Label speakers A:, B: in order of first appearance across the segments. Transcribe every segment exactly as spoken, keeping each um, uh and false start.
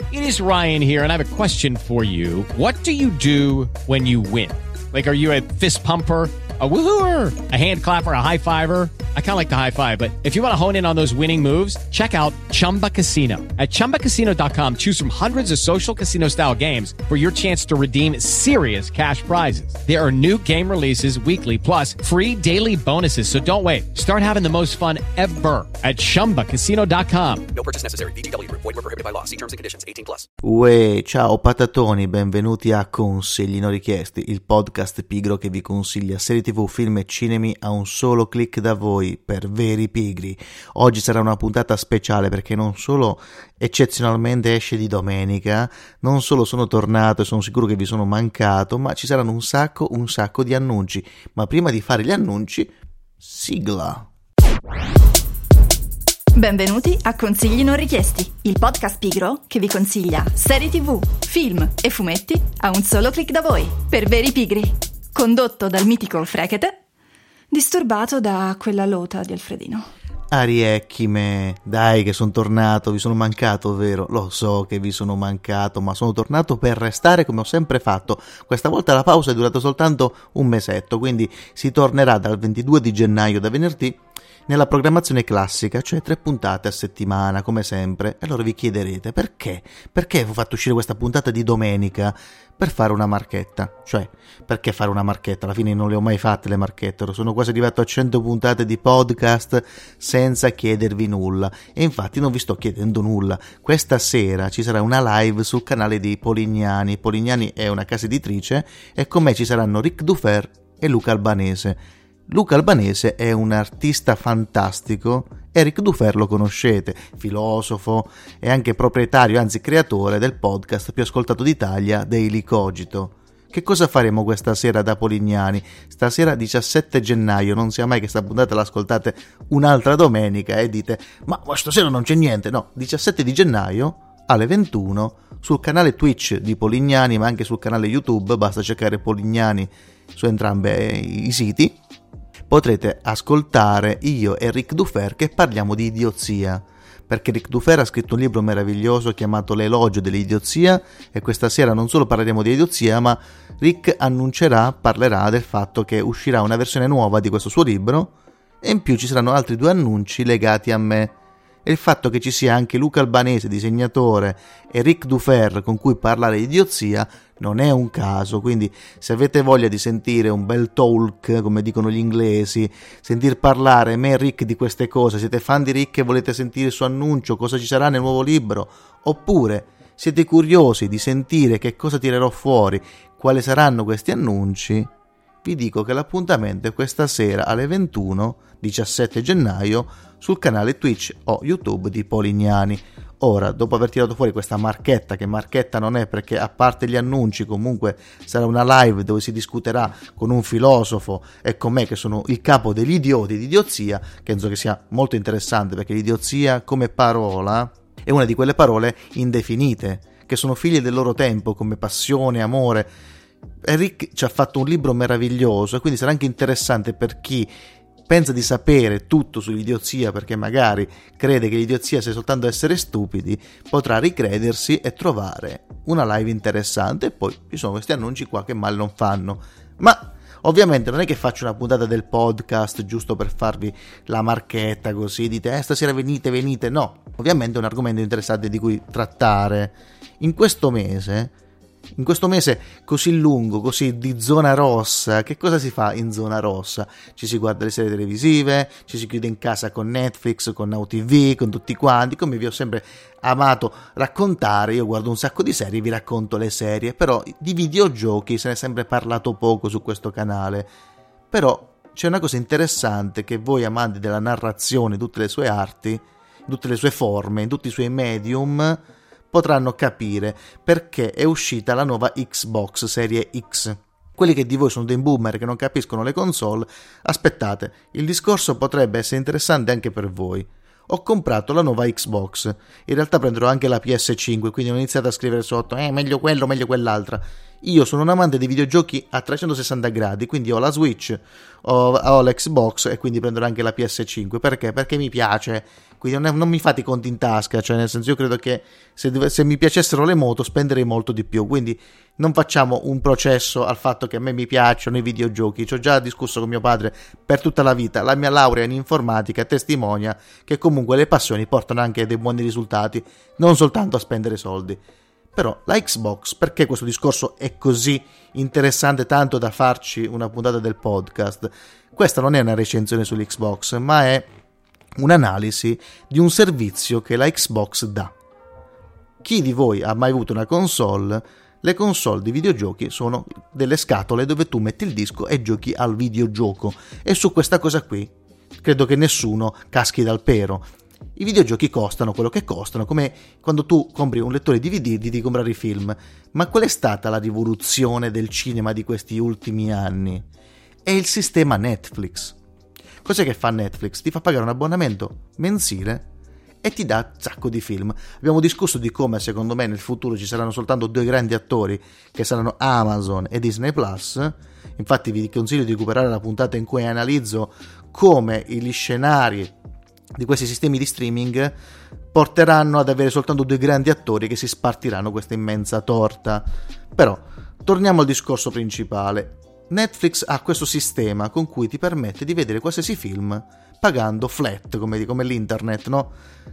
A: It is Ryan here, and I have a question for you. What do you do when you win? Like, are you a fist pumper, a woohooer, a hand clapper, a high fiver? I kind of like the high five, but if you want to hone in on those winning moves, check out Chumba Casino. At chumba casino dot com, choose from hundreds of social casino style games for your chance to redeem serious cash prizes. There are new game releases weekly, plus free daily bonuses. So don't wait. Start having the most fun ever at chumba casino dot com.
B: No purchase necessary. V G W Group. Void where prohibited by law. See terms and conditions. eighteen plus.
C: Uè, ciao patatoni, benvenuti a Consigli non richiesti, il podcast pigro che vi consiglia serie tv, film e cinemi a un solo click da voi, per veri pigri. Oggi sarà una puntata speciale perché non solo eccezionalmente esce di domenica, non solo sono tornato e sono sicuro che vi sono mancato, ma ci saranno un sacco, un sacco di annunci. Ma prima di fare gli annunci, sigla!
D: Benvenuti a Consigli non richiesti, il podcast pigro che vi consiglia serie tv, film e fumetti a un solo click da voi, per veri pigri. Condotto dal mitico Frekete, disturbato da quella lota di Alfredino.
C: Ariecchime, dai che sono tornato, vi sono mancato, vero? Lo so che vi sono mancato, ma sono tornato per restare come ho sempre fatto. Questa volta la pausa è durata soltanto un mesetto, quindi si tornerà dal ventidue di gennaio, da venerdì, nella programmazione classica, cioè tre puntate a settimana, come sempre. E allora vi chiederete, perché? Perché ho fatto uscire questa puntata di domenica? Per fare una marchetta. Cioè, perché fare una marchetta? Alla fine non le ho mai fatte le marchette, sono quasi arrivato a cento puntate di podcast senza chiedervi nulla. E infatti non vi sto chiedendo nulla. Questa sera ci sarà una live sul canale di Polignani. Polignani è una casa editrice e con me ci saranno Ric Dufer e Luca Albanese. Luca Albanese è un artista fantastico, Eric Dufer lo conoscete, filosofo e anche proprietario, anzi creatore del podcast più ascoltato d'Italia, Daily Cogito. Che cosa faremo questa sera da Polignani? Stasera diciassette gennaio, non sia mai che sta puntata l'ascoltate un'altra domenica e dite ma, ma stasera non c'è niente, no, diciassette di gennaio alle ventuno sul canale Twitch di Polignani, ma anche sul canale YouTube, basta cercare Polignani su entrambi i siti. Potrete ascoltare io e Ric Dufer che parliamo di idiozia, perché Ric Dufer ha scritto un libro meraviglioso chiamato L'elogio dell'idiozia e questa sera non solo parleremo di idiozia, ma Ric annuncerà, parlerà del fatto che uscirà una versione nuova di questo suo libro e in più ci saranno altri due annunci legati a me. E il fatto che ci sia anche Luca Albanese, disegnatore, e Ric Dufer con cui parlare di idiozia non è un caso, quindi se avete voglia di sentire un bel talk, come dicono gli inglesi, sentir parlare me e Ric di queste cose, siete fan di Ric e volete sentire il suo annuncio, cosa ci sarà nel nuovo libro, oppure siete curiosi di sentire che cosa tirerò fuori, quali saranno questi annunci, vi dico che l'appuntamento è questa sera alle ventuno, diciassette gennaio, sul canale Twitch o YouTube di Polignani. Ora, dopo aver tirato fuori questa marchetta, che marchetta non è perché a parte gli annunci comunque sarà una live dove si discuterà con un filosofo e con me che sono il capo degli idioti di idiozia, che penso che sia molto interessante perché l'idiozia come parola è una di quelle parole indefinite, che sono figlie del loro tempo come passione, amore. Eric ci ha fatto un libro meraviglioso e quindi sarà anche interessante per chi pensa di sapere tutto sull'idiozia perché magari crede che l'idiozia sia soltanto essere stupidi, potrà ricredersi e trovare una live interessante. E poi ci sono questi annunci qua che male non fanno, ma ovviamente non è che faccio una puntata del podcast giusto per farvi la marchetta così dite eh, stasera venite venite, no, ovviamente è un argomento interessante di cui trattare in questo mese. In questo mese così lungo, così di zona rossa, che cosa si fa in zona rossa? Ci si guarda le serie televisive, ci si chiude in casa con Netflix, con Now T V, con tutti quanti, come vi ho sempre amato raccontare. Io guardo un sacco di serie, vi racconto le serie, però di videogiochi se ne è sempre parlato poco su questo canale. Però c'è una cosa interessante che voi amanti della narrazione, in tutte le sue arti, in tutte le sue forme, in tutti i suoi medium, potranno capire perché è uscita la nuova Xbox Serie X. Quelli che di voi sono dei boomer che non capiscono le console, aspettate, il discorso potrebbe essere interessante anche per voi. Ho comprato la nuova Xbox, in realtà prenderò anche la P S cinque, quindi ho iniziato a scrivere sotto, eh meglio quello, meglio quell'altra. Io sono un amante dei videogiochi a trecentosessanta gradi, quindi ho la Switch, ho, ho l'Xbox e quindi prenderò anche la P S cinque. Perché? Perché mi piace, quindi non, è, non mi fate i conti in tasca, cioè nel senso io credo che se, dove, se mi piacessero le moto spenderei molto di più, quindi non facciamo un processo al fatto che a me mi piacciono i videogiochi. Ci ho già discusso con mio padre per tutta la vita, la mia laurea in informatica testimonia che comunque le passioni portano anche dei buoni risultati, non soltanto a spendere soldi. Però la Xbox, perché questo discorso è così interessante tanto da farci una puntata del podcast? Questa non è una recensione sull'Xbox, ma è un'analisi di un servizio che la Xbox dà. Chi di voi ha mai avuto una console? Le console di videogiochi sono delle scatole dove tu metti il disco e giochi al videogioco, e su questa cosa qui credo che nessuno caschi dal pero. I videogiochi costano quello che costano, come quando tu compri un lettore D V D di comprare i film. Ma qual è stata la rivoluzione del cinema di questi ultimi anni? È il sistema Netflix. Cos'è che fa Netflix? Ti fa pagare un abbonamento mensile e ti dà un sacco di film. Abbiamo discusso di come secondo me nel futuro ci saranno soltanto due grandi attori, che saranno Amazon e Disney Plus. Infatti vi consiglio di recuperare la puntata in cui analizzo come gli scenari di questi sistemi di streaming porteranno ad avere soltanto due grandi attori che si spartiranno questa immensa torta. Però torniamo al discorso principale. Netflix ha questo sistema con cui ti permette di vedere qualsiasi film pagando flat, come, come l'internet, no?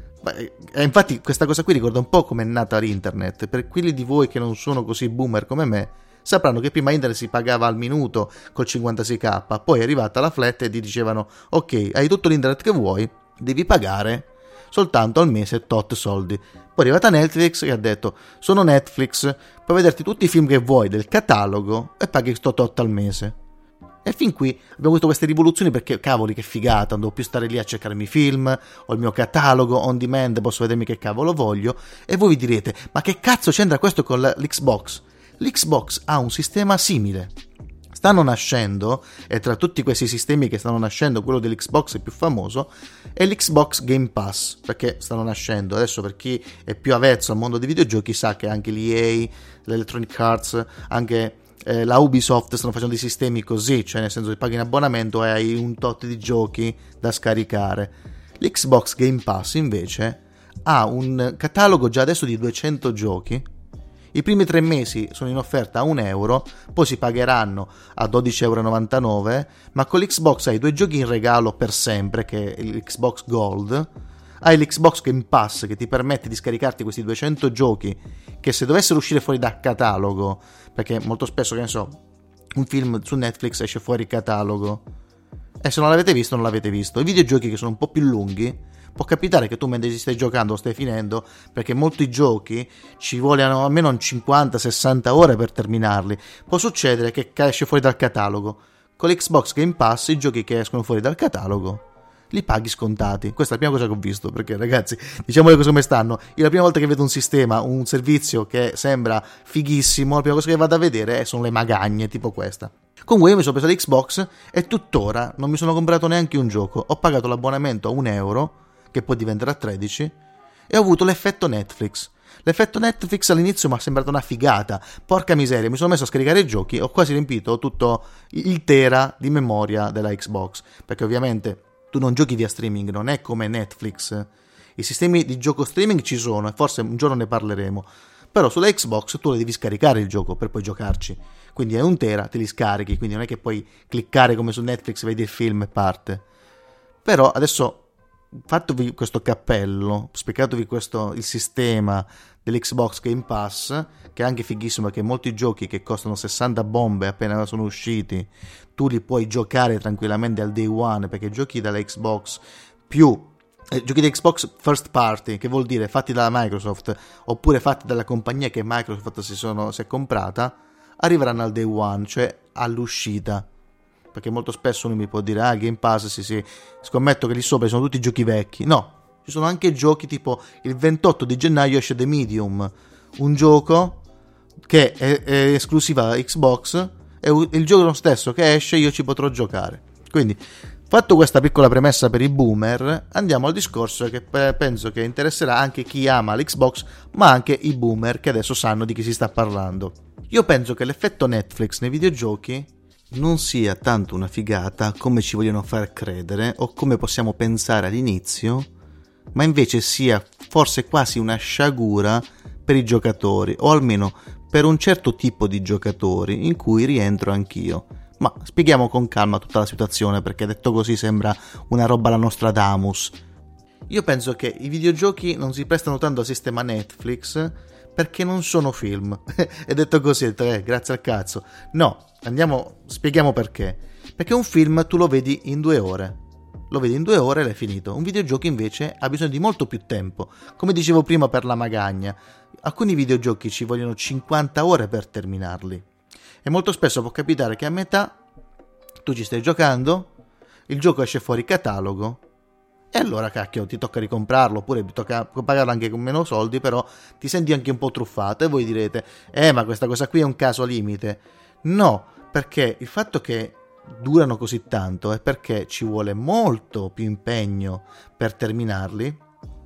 C: E infatti questa cosa qui ricorda un po' come è nata l'internet. Per quelli di voi che non sono così boomer come me, sapranno che prima internet si pagava al minuto col cinquantasei k, poi è arrivata la flat e ti dicevano ok, hai tutto l'internet che vuoi, devi pagare soltanto al mese tot soldi. Poi è arrivata Netflix che ha detto sono Netflix, puoi vederti tutti i film che vuoi del catalogo e paghi sto tot al mese. E fin qui abbiamo avuto queste rivoluzioni perché cavoli che figata, non devo più stare lì a cercarmi i film, ho il mio catalogo on demand, posso vedermi che cavolo voglio. E voi vi direte ma che cazzo c'entra questo con l'Xbox? L'Xbox ha un sistema simile. Stanno nascendo, e tra tutti questi sistemi che stanno nascendo quello dell'Xbox è più famoso, è l'Xbox Game Pass. Perché stanno nascendo? Adesso per chi è più avvezzo al mondo dei videogiochi sa che anche l'E A, l'Electronic Arts, anche eh, la Ubisoft stanno facendo dei sistemi così, cioè nel senso che paghi in abbonamento e hai un tot di giochi da scaricare. L'Xbox Game Pass invece ha un catalogo già adesso di duecento giochi. I primi tre mesi sono in offerta a un euro, poi si pagheranno a dodici virgola novantanove euro, ma con l'Xbox hai due giochi in regalo per sempre, che è l'Xbox Gold. Hai l'Xbox Game Pass che ti permette di scaricarti questi duecento giochi che se dovessero uscire fuori dal catalogo, perché molto spesso, che ne so, un film su Netflix esce fuori catalogo e se non l'avete visto non l'avete visto. I videogiochi che sono un po' più lunghi, può capitare che tu mentre ci stai giocando o stai finendo, perché molti giochi ci vogliono almeno cinquanta sessanta ore per terminarli, può succedere che esce fuori dal catalogo. Con l'Xbox Game Pass i giochi che escono fuori dal catalogo li paghi scontati. Questa è la prima cosa che ho visto, perché ragazzi, diciamo le cose come stanno, io la prima volta che vedo un sistema, un servizio che sembra fighissimo, la prima cosa che vado a vedere sono le magagne tipo questa. Comunque io mi sono preso l'Xbox e tuttora non mi sono comprato neanche un gioco, ho pagato l'abbonamento a un euro che poi diventerà tredici, e ho avuto l'effetto Netflix. L'effetto Netflix all'inizio mi è sembrata una figata, porca miseria, mi sono messo a scaricare i giochi, ho quasi riempito tutto il tera di memoria della Xbox, perché ovviamente tu non giochi via streaming, non è come Netflix. I sistemi di gioco streaming ci sono e forse un giorno ne parleremo, però sulla Xbox tu devi scaricare il gioco per poi giocarci, quindi è un tera, te li scarichi, quindi non è che puoi cliccare come su Netflix, vedi il film e parte. Però adesso, fattovi questo cappello, spiegatevi questo, il sistema dell'Xbox Game Pass, che è anche fighissimo perché molti giochi che costano sessanta bombe appena sono usciti, tu li puoi giocare tranquillamente al day one, perché giochi dalla Xbox più eh, giochi da Xbox first party, che vuol dire fatti dalla Microsoft oppure fatti dalla compagnia che Microsoft si, sono, si è comprata, arriveranno al day one, cioè all'uscita. Perché molto spesso uno mi può dire ah, Game Pass, sì sì, scommetto che lì sopra sono tutti giochi vecchi. No, ci sono anche giochi tipo il ventotto di gennaio esce The Medium, un gioco che è, è esclusiva Xbox, e il gioco stesso che esce io ci potrò giocare. Quindi, fatto questa piccola premessa per i boomer, andiamo al discorso che penso che interesserà anche chi ama l'Xbox, ma anche i boomer che adesso sanno di chi si sta parlando. Io penso che l'effetto Netflix nei videogiochi non sia tanto una figata come ci vogliono far credere o come possiamo pensare all'inizio, ma invece sia forse quasi una sciagura per i giocatori, o almeno per un certo tipo di giocatori in cui rientro anch'io. Ma spieghiamo con calma tutta la situazione, perché detto così sembra una roba alla Nostradamus. Io penso che i videogiochi non si prestano tanto al sistema Netflix perché non sono film. È detto così, eh, grazie al cazzo. No, andiamo, spieghiamo perché. Perché un film tu lo vedi in due ore. Lo vedi in due ore e l'hai finito. Un videogioco invece ha bisogno di molto più tempo. Come dicevo prima per la magagna, alcuni videogiochi ci vogliono cinquanta ore per terminarli. E molto spesso può capitare che a metà tu ci stai giocando, il gioco esce fuori catalogo, e allora cacchio ti tocca ricomprarlo, oppure ti tocca pagarlo anche con meno soldi, però ti senti anche un po' truffato e voi direte eh ma questa cosa qui è un caso limite. No, perché il fatto che durano così tanto è perché ci vuole molto più impegno per terminarli,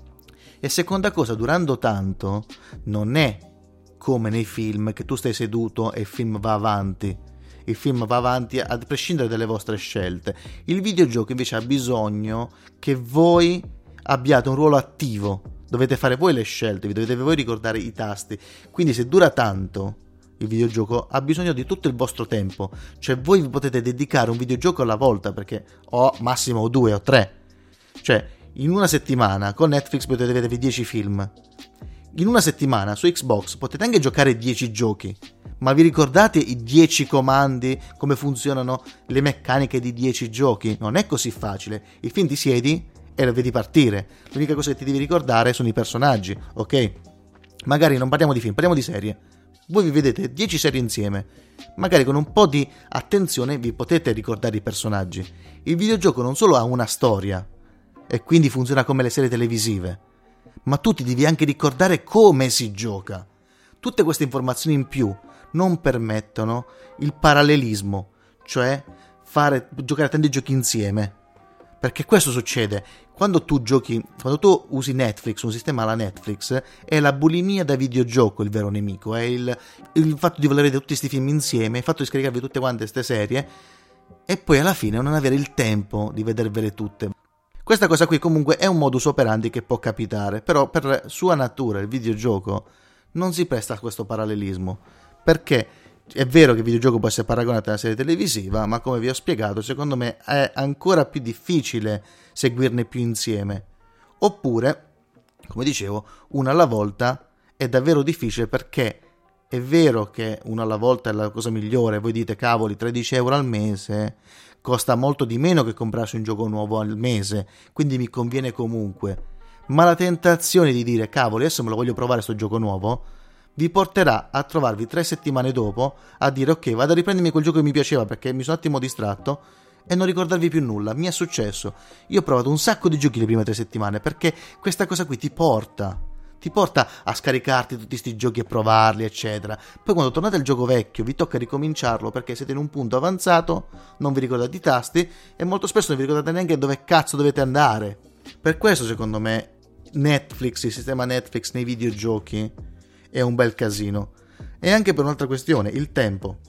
C: e seconda cosa, durando tanto non è come nei film che tu stai seduto e il film va avanti. Il film va avanti a prescindere dalle vostre scelte. Il videogioco invece ha bisogno che voi abbiate un ruolo attivo. Dovete fare voi le scelte, vi dovete voi ricordare i tasti. Quindi se dura tanto, il videogioco ha bisogno di tutto il vostro tempo. Cioè voi vi potete dedicare un videogioco alla volta, perché o massimo o due o tre. Cioè in una settimana con Netflix potete vedere dieci film. In una settimana su Xbox potete anche giocare dieci giochi. Ma vi ricordate i dieci comandi, come funzionano le meccaniche di dieci giochi? Non è così facile. Il film ti siedi e lo vedi partire. L'unica cosa che ti devi ricordare sono i personaggi, ok? Magari non parliamo di film, parliamo di serie. Voi vi vedete dieci serie insieme. Magari con un po' di attenzione vi potete ricordare i personaggi. Il videogioco non solo ha una storia, e quindi funziona come le serie televisive, ma tu ti devi anche ricordare come si gioca. Tutte queste informazioni in più non permettono il parallelismo, cioè fare giocare tanti giochi insieme, perché questo succede quando tu giochi, quando tu usi Netflix, un sistema alla Netflix, è la bulimia da videogioco il vero nemico, è il, il fatto di voler vedere tutti questi film insieme, il fatto di scaricarvi tutte quante queste serie e poi alla fine non avere il tempo di vedervele tutte. Questa cosa qui comunque è un modus operandi che può capitare, però per sua natura il videogioco non si presta a questo parallelismo, perché è vero che il videogioco può essere paragonato a una serie televisiva, ma come vi ho spiegato, secondo me è ancora più difficile seguirne più insieme. Oppure, come dicevo, uno alla volta è davvero difficile, perché è vero che uno alla volta è la cosa migliore, voi dite cavoli, tredici euro al mese costa molto di meno che comprarsi un gioco nuovo al mese, quindi mi conviene comunque, ma la tentazione di dire cavoli adesso me lo voglio provare sto gioco nuovo vi porterà a trovarvi tre settimane dopo a dire ok, vado a riprendermi quel gioco che mi piaceva perché mi sono un attimo distratto, e non ricordarvi più nulla. Mi è successo, io ho provato un sacco di giochi le prime tre settimane, perché questa cosa qui ti porta ti porta a scaricarti tutti questi giochi e provarli eccetera. Poi quando tornate al gioco vecchio vi tocca ricominciarlo perché siete in un punto avanzato, non vi ricordate i tasti e molto spesso non vi ricordate neanche dove cazzo dovete andare. Per questo secondo me Netflix, il sistema Netflix nei videogiochi è un bel casino. E anche per un'altra questione, il tempo.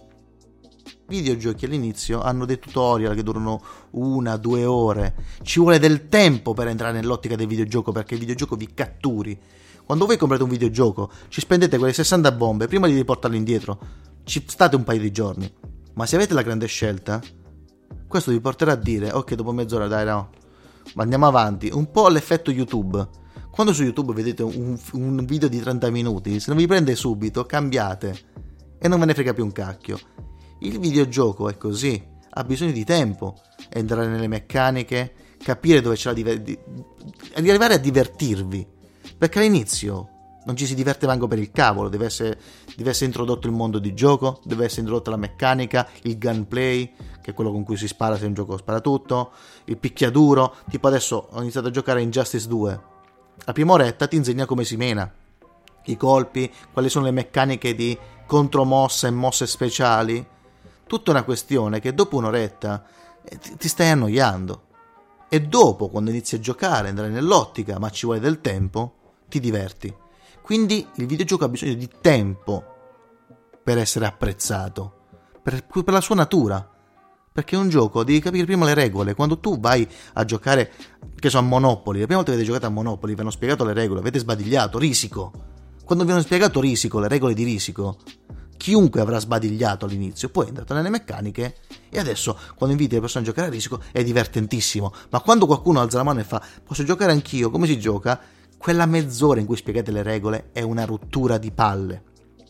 C: I videogiochi all'inizio hanno dei tutorial che durano una, due ore. Ci vuole del tempo per entrare nell'ottica del videogioco, perché il videogioco vi catturi. Quando voi comprate un videogioco ci spendete quelle sessanta bombe, prima di riportarlo indietro ci state un paio di giorni. Ma se avete la grande scelta, questo vi porterà a dire ok, dopo mezz'ora dai no, ma andiamo avanti. Un po' l'effetto YouTube. Quando su YouTube vedete un, un video di trenta minuti, se non vi prende subito cambiate e non ve ne frega più un cacchio. Il videogioco è così, ha bisogno di tempo, entrare nelle meccaniche, capire dove c'è la diver- di, di arrivare a divertirvi, perché all'inizio non ci si diverte manco per il cavolo. Deve essere, deve essere introdotto il mondo di gioco, deve essere introdotta la meccanica, il gunplay, che è quello con cui si spara se è un gioco sparatutto, il picchiaduro. Tipo adesso ho iniziato a giocare in Justice due, la prima oretta ti insegna come si mena, i colpi, quali sono le meccaniche di contromossa e mosse speciali. Tutta una questione che dopo un'oretta ti stai annoiando, e dopo, quando inizi a giocare, andare nell'ottica, ma ci vuole del tempo, ti diverti. Quindi il videogioco ha bisogno di tempo per essere apprezzato, per, per la sua natura. Perché è un gioco, devi capire prima le regole. Quando tu vai a giocare, che so, a Monopoly, la prima volta che avete giocato a Monopoly, vi hanno spiegato le regole, avete sbadigliato, risico. Quando vi hanno spiegato risico, le regole di risico, chiunque avrà sbadigliato all'inizio, poi è entrato nelle meccaniche e adesso quando inviti le persone a giocare a risico è divertentissimo. Ma quando qualcuno alza la mano e fa posso giocare anch'io, come si gioca? Quella mezz'ora in cui spiegate le regole è una rottura di palle.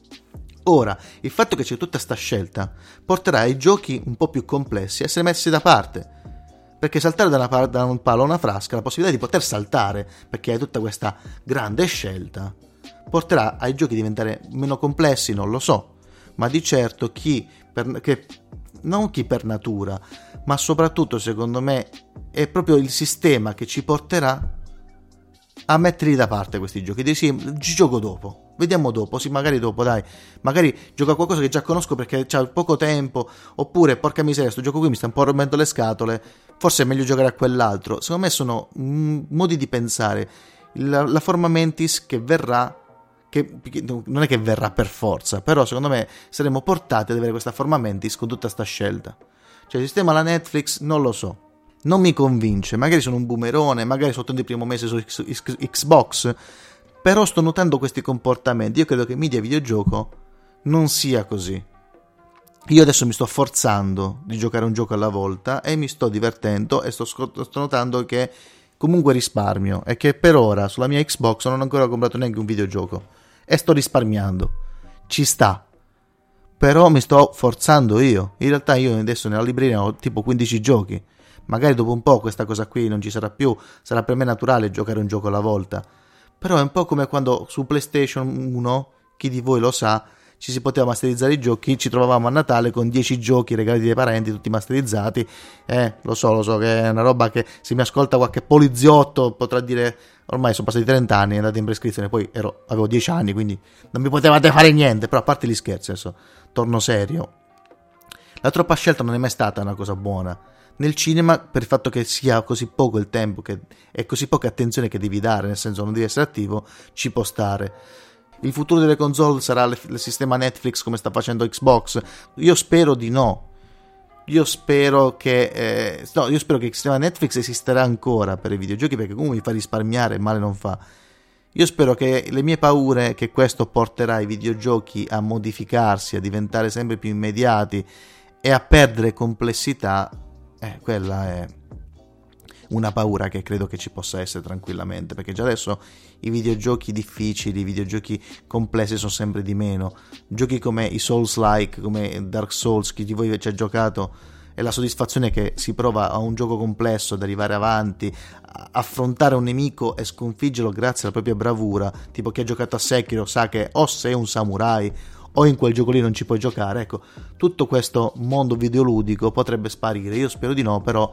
C: Ora, il fatto che c'è tutta sta scelta porterà i giochi un po' più complessi a essere messi da parte, perché saltare da, una par- da un palo a una frasca, la possibilità di poter saltare, perché hai tutta questa grande scelta, porterà ai giochi a diventare meno complessi, non lo so, ma di certo chi, per, che, non chi per natura, ma soprattutto secondo me è proprio il sistema che ci porterà a metterli da parte questi giochi, di sì, ci gioco dopo, vediamo dopo, sì, magari dopo, dai, magari gioco a qualcosa che già conosco perché c'ha poco tempo, oppure porca miseria, sto gioco qui mi sta un po' rompendo le scatole, forse è meglio giocare a quell'altro. Secondo me sono mm, modi di pensare. La, la forma mentis che verrà, che non è che verrà per forza, però secondo me saremo portati ad avere questa forma mentis con tutta sta scelta. Cioè il sistema alla Netflix non lo so, non mi convince, magari sono un boomerone, magari soltanto il primo mese su X- X- Xbox, però sto notando questi comportamenti. Io credo che media videogioco non sia così. Io adesso mi sto forzando di giocare un gioco alla volta e mi sto divertendo e sto, sto notando che comunque risparmio e che per ora sulla mia Xbox non ho ancora comprato neanche un videogioco e sto risparmiando, ci sta, però mi sto forzando io. In realtà io adesso nella libreria ho tipo quindici giochi, magari dopo un po' questa cosa qui non ci sarà più, sarà per me naturale giocare un gioco alla volta, però è un po' come quando su PlayStation uno, chi di voi lo sa, ci si poteva masterizzare i giochi, ci trovavamo a Natale con dieci giochi regalati dai parenti, tutti masterizzati, eh, lo so, lo so che è una roba che se mi ascolta qualche poliziotto potrà dire, ormai sono passati trenta anni, è andato in prescrizione, poi ero, avevo dieci anni, quindi non mi potevate fare niente, però a parte gli scherzi, adesso torno serio, la troppa scelta non è mai stata una cosa buona. Nel cinema, per il fatto che sia così poco il tempo che, e così poca attenzione che devi dare, nel senso non devi essere attivo, ci può stare. Il futuro delle console sarà il, il sistema Netflix come sta facendo Xbox? Io spero di no. Io spero che eh, no, io spero che il sistema Netflix esisterà ancora per i videogiochi, perché comunque mi fa risparmiare e male non fa. Io spero che le mie paure che questo porterà i videogiochi a modificarsi, a diventare sempre più immediati e a perdere complessità, eh, quella è una paura che credo che ci possa essere tranquillamente, perché già adesso i videogiochi difficili, i videogiochi complessi sono sempre di meno. Giochi come i Souls-like, come Dark Souls, chi di voi ci ha giocato, è la soddisfazione che si prova a un gioco complesso, ad arrivare avanti, affrontare un nemico e sconfiggerlo grazie alla propria bravura. Tipo chi ha giocato a Sekiro sa che o sei un samurai o in quel gioco lì non ci puoi giocare. Ecco, tutto questo mondo videoludico potrebbe sparire. Io spero di no, però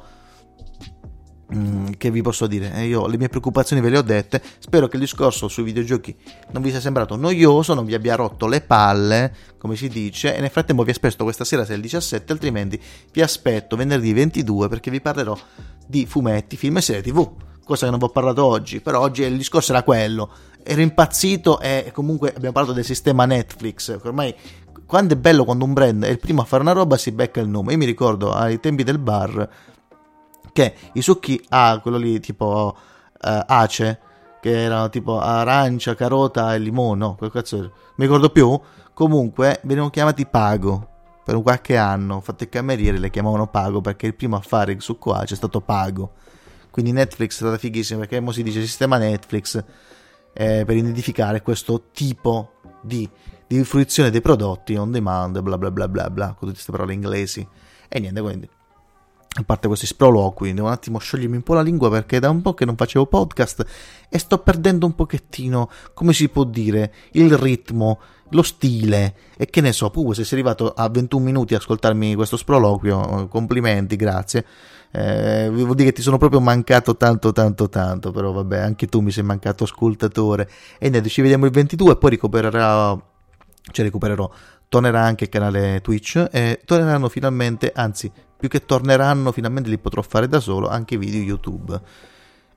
C: mm, che vi posso dire? Eh, io le mie preoccupazioni ve le ho dette. Spero che il discorso sui videogiochi non vi sia sembrato noioso, non vi abbia rotto le palle, come si dice, e nel frattempo vi aspetto questa sera se è il diciassette, altrimenti vi aspetto venerdì ventidue, perché vi parlerò di fumetti, film e serie tv, cosa che non vi ho parlato oggi, però oggi il discorso era quello. Ero impazzito e comunque abbiamo parlato del sistema Netflix. Ormai, quando è bello quando un brand è il primo a fare una roba, si becca il nome. Io mi ricordo ai tempi del bar che i succhi A, quello lì tipo uh, Ace, che erano tipo arancia, carota e limone, no, quel cazzo mi ricordo più, comunque venivano chiamati Pago. Per un qualche anno ho fatto il cameriere, le chiamavano Pago perché il primo a fare il succo Ace è stato Pago. Quindi Netflix è stata fighissima, perché mo si dice sistema Netflix eh, per identificare questo tipo di, di fruizione dei prodotti on demand, bla bla bla bla bla, con tutte queste parole inglesi. E niente, quindi a parte questi sproloqui, devo un attimo sciogliermi un po' la lingua, perché da un po' che non facevo podcast e sto perdendo un pochettino, come si può dire, il ritmo, lo stile, e che ne so, pure se sei arrivato a ventuno minuti a ascoltarmi questo sproloquio, complimenti, grazie. Eh, vuol dire che ti sono proprio mancato tanto tanto tanto, però vabbè, anche tu mi sei mancato ascoltatore. E niente, ci vediamo il ventidue e poi recupererò, cioè recupererò, tornerà anche il canale Twitch e torneranno finalmente, anzi più che torneranno, finalmente li potrò fare da solo, anche video YouTube.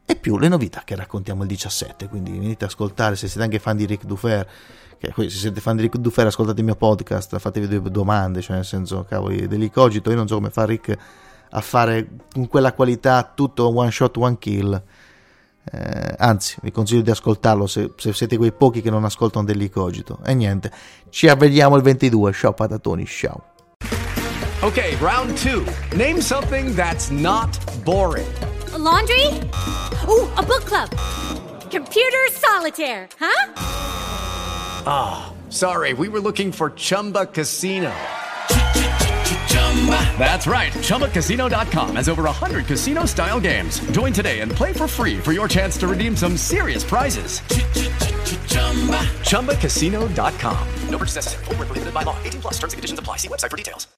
C: e più le novità che raccontiamo il diciassette. Quindi venite ad ascoltare, se siete anche fan di Ric Dufer, che se siete fan di Ric Dufer ascoltate il mio podcast, fatevi due domande, cioè nel senso, cavoli, dell'Icogito, io non so come fa Ric a fare con quella qualità tutto one shot one kill. Eh, anzi, vi consiglio di ascoltarlo se, se siete quei pochi che non ascoltano dell'Icogito. E niente, ci avvediamo il ventidue. Ciao patatoni, ciao.
E: Okay, round two. Name something that's not boring.
F: A laundry? Ooh, a book club. Computer solitaire, huh?
E: Ah, oh, sorry, we were looking for Chumba Casino. That's right, Chumba Casino dot com has over one hundred casino-style games. Join today and play for free for your chance to redeem some serious prizes. Chumba Casino dot com.
B: No purchase necessary. Void where prohibited by law. eighteen plus terms and conditions apply. See website for details.